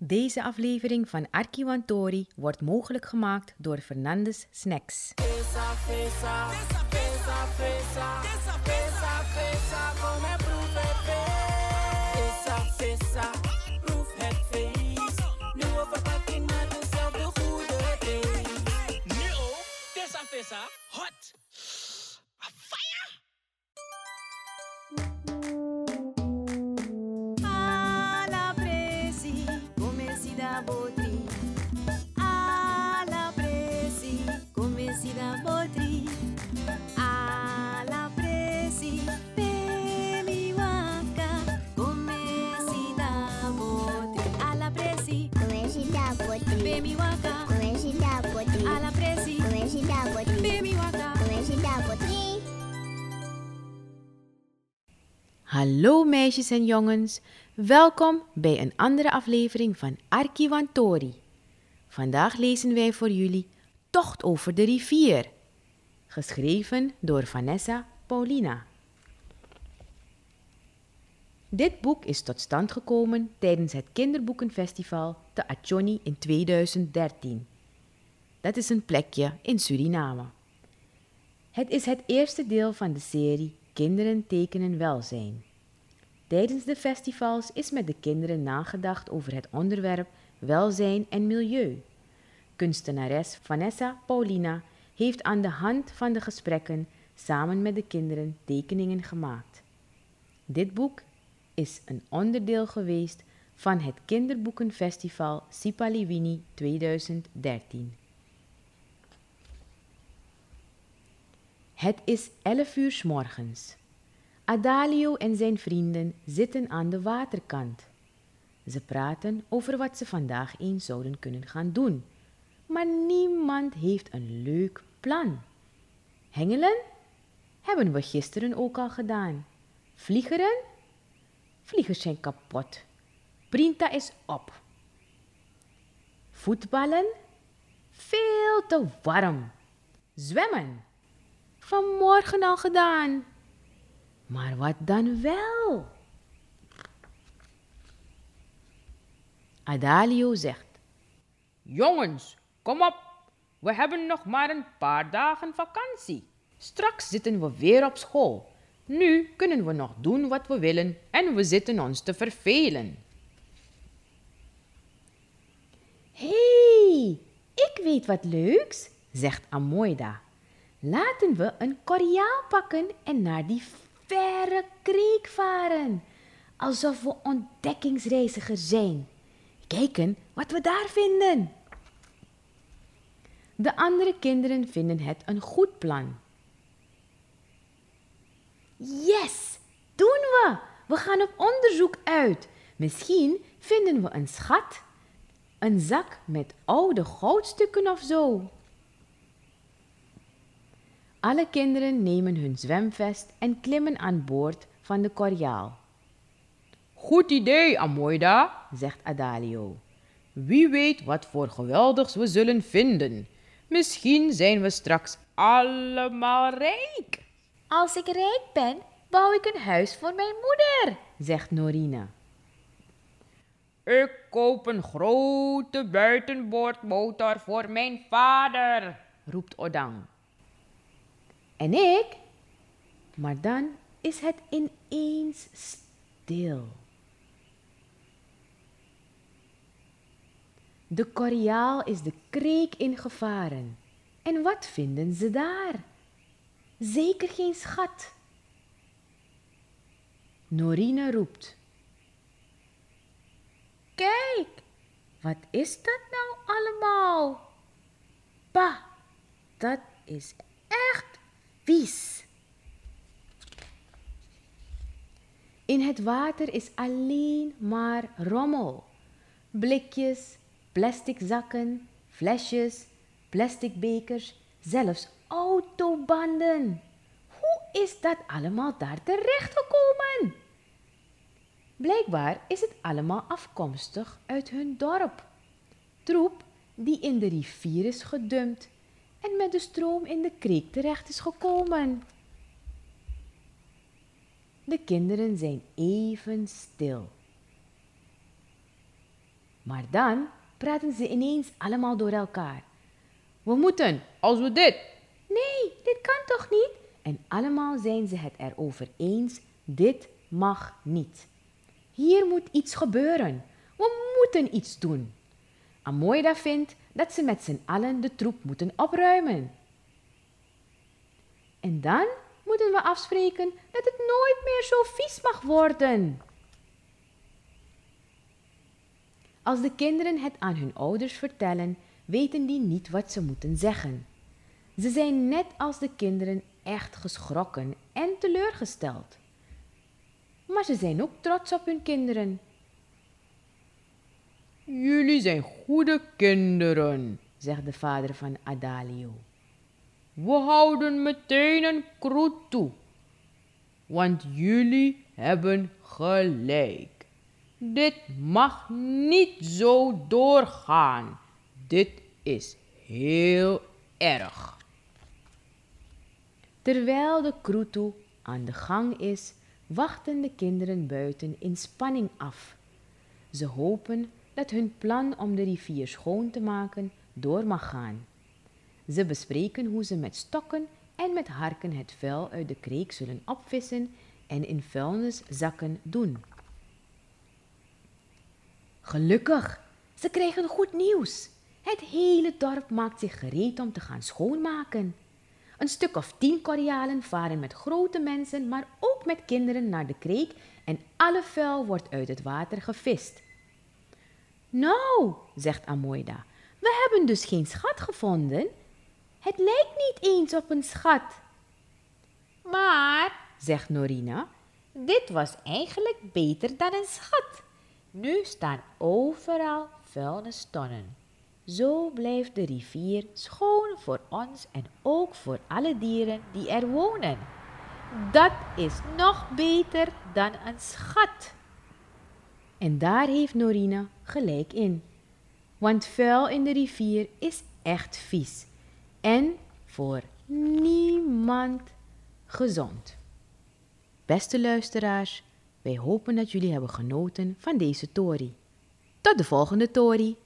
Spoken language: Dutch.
Deze aflevering van Arkiwantori wordt mogelijk gemaakt door Fernandes Snacks. Hot! Fire! Alla presi, come si dà botri. Alla presi, come si dà botri. Alla presi, bemi waka, come si dà botri. Alla presi, come si dà botri. bemi waka, Come si dà botri. alla presi, Come si dà botri. bemi waka. Come si dà botri. Hallo meisjes en jongens, welkom bij een andere aflevering van Arkiwantori. Vandaag lezen wij voor jullie Tocht over de rivier, geschreven door Vanessa Paulina. Dit boek is tot stand gekomen tijdens het kinderboekenfestival te Achoni in 2013. Dat is een plekje in Suriname. Het is het eerste deel van de serie Kinderen tekenen welzijn. Tijdens de festivals is met de kinderen nagedacht over het onderwerp welzijn en milieu. Kunstenares Vanessa Paulina heeft aan de hand van de gesprekken samen met de kinderen tekeningen gemaakt. Dit boek is een onderdeel geweest van het kinderboekenfestival Sipaliwini 2013. Het is 11 uur 's morgens. Adalio en zijn vrienden zitten aan de waterkant. Ze praten over wat ze vandaag eens zouden kunnen gaan doen. Maar niemand heeft een leuk plan. Hengelen? Hebben we gisteren ook al gedaan. Vliegeren? Vliegers zijn kapot. Printa is op. Voetballen? Veel te warm. Zwemmen? Vanmorgen al gedaan. Maar wat dan wel? Adalio zegt: Jongens, kom op. We hebben nog maar een paar dagen vakantie. Straks zitten we weer op school. Nu kunnen we nog doen wat we willen en we zitten ons te vervelen. Hé, ik weet wat leuks, zegt Amoida. Laten we een koryaal pakken en naar die verre kreek varen. Alsof we ontdekkingsreizigers zijn. Kijken wat we daar vinden. De andere kinderen vinden het een goed plan. Yes, doen we! We gaan op onderzoek uit. Misschien vinden we een schat. Een zak met oude goudstukken of zo. Alle kinderen nemen hun zwemvest en klimmen aan boord van de koryaal. Goed idee, Amoida, zegt Adalio. Wie weet wat voor geweldigs we zullen vinden. Misschien zijn we straks allemaal rijk. Als ik rijk ben, bouw ik een huis voor mijn moeder, zegt Norina. Ik koop een grote buitenboordmotor voor mijn vader, roept Odang. En ik? Maar dan is het ineens stil. De koryaal is de kreek ingevaren. En wat vinden ze daar? Zeker geen schat. Norine roept: Kijk, wat is dat nou allemaal? Pa, dat is echt vies. In het water is alleen maar rommel. Blikjes, plastic zakken, flesjes, plastic bekers, zelfs autobanden. Hoe is dat allemaal daar terechtgekomen? Blijkbaar is het allemaal afkomstig uit hun dorp. Troep die in de rivier is gedumpt en met de stroom in de kreek terecht is gekomen. De kinderen zijn even stil. Maar dan praten ze ineens allemaal door elkaar. We moeten, als we dit. Nee, dit kan toch niet? En allemaal zijn ze het erover eens, dit mag niet. Hier moet iets gebeuren. We moeten iets doen. Amoida vindt dat ze met z'n allen de troep moeten opruimen. En dan moeten we afspreken dat het nooit meer zo vies mag worden. Als de kinderen het aan hun ouders vertellen, weten die niet wat ze moeten zeggen. Ze zijn net als de kinderen echt geschrokken en teleurgesteld. Maar ze zijn ook trots op hun kinderen. Jullie zijn goede kinderen, zegt de vader van Adalio. We houden meteen een kroet toe, want jullie hebben gelijk. Dit mag niet zo doorgaan. Dit is heel erg. Terwijl de kroetoe aan de gang is, wachten de kinderen buiten in spanning af. Ze hopen dat hun plan om de rivier schoon te maken door mag gaan. Ze bespreken hoe ze met stokken en met harken het vuil uit de kreek zullen opvissen en in vuilniszakken doen. Gelukkig, ze krijgen goed nieuws. Het hele dorp maakt zich gereed om te gaan schoonmaken. Een stuk of 10 Korealen varen met grote mensen, maar ook met kinderen naar de kreek en alle vuil wordt uit het water gevist. Nou, zegt Amoida, we hebben dus geen schat gevonden. Het lijkt niet eens op een schat. Maar, zegt Norina, dit was eigenlijk beter dan een schat. Nu staan overal vuilnistonnen. Zo blijft de rivier schoon voor ons en ook voor alle dieren die er wonen. Dat is nog beter dan een schat. En daar heeft Norina gelijk in. Want vuil in de rivier is echt vies. En voor niemand gezond. Beste luisteraars, wij hopen dat jullie hebben genoten van deze Tori. Tot de volgende Tori!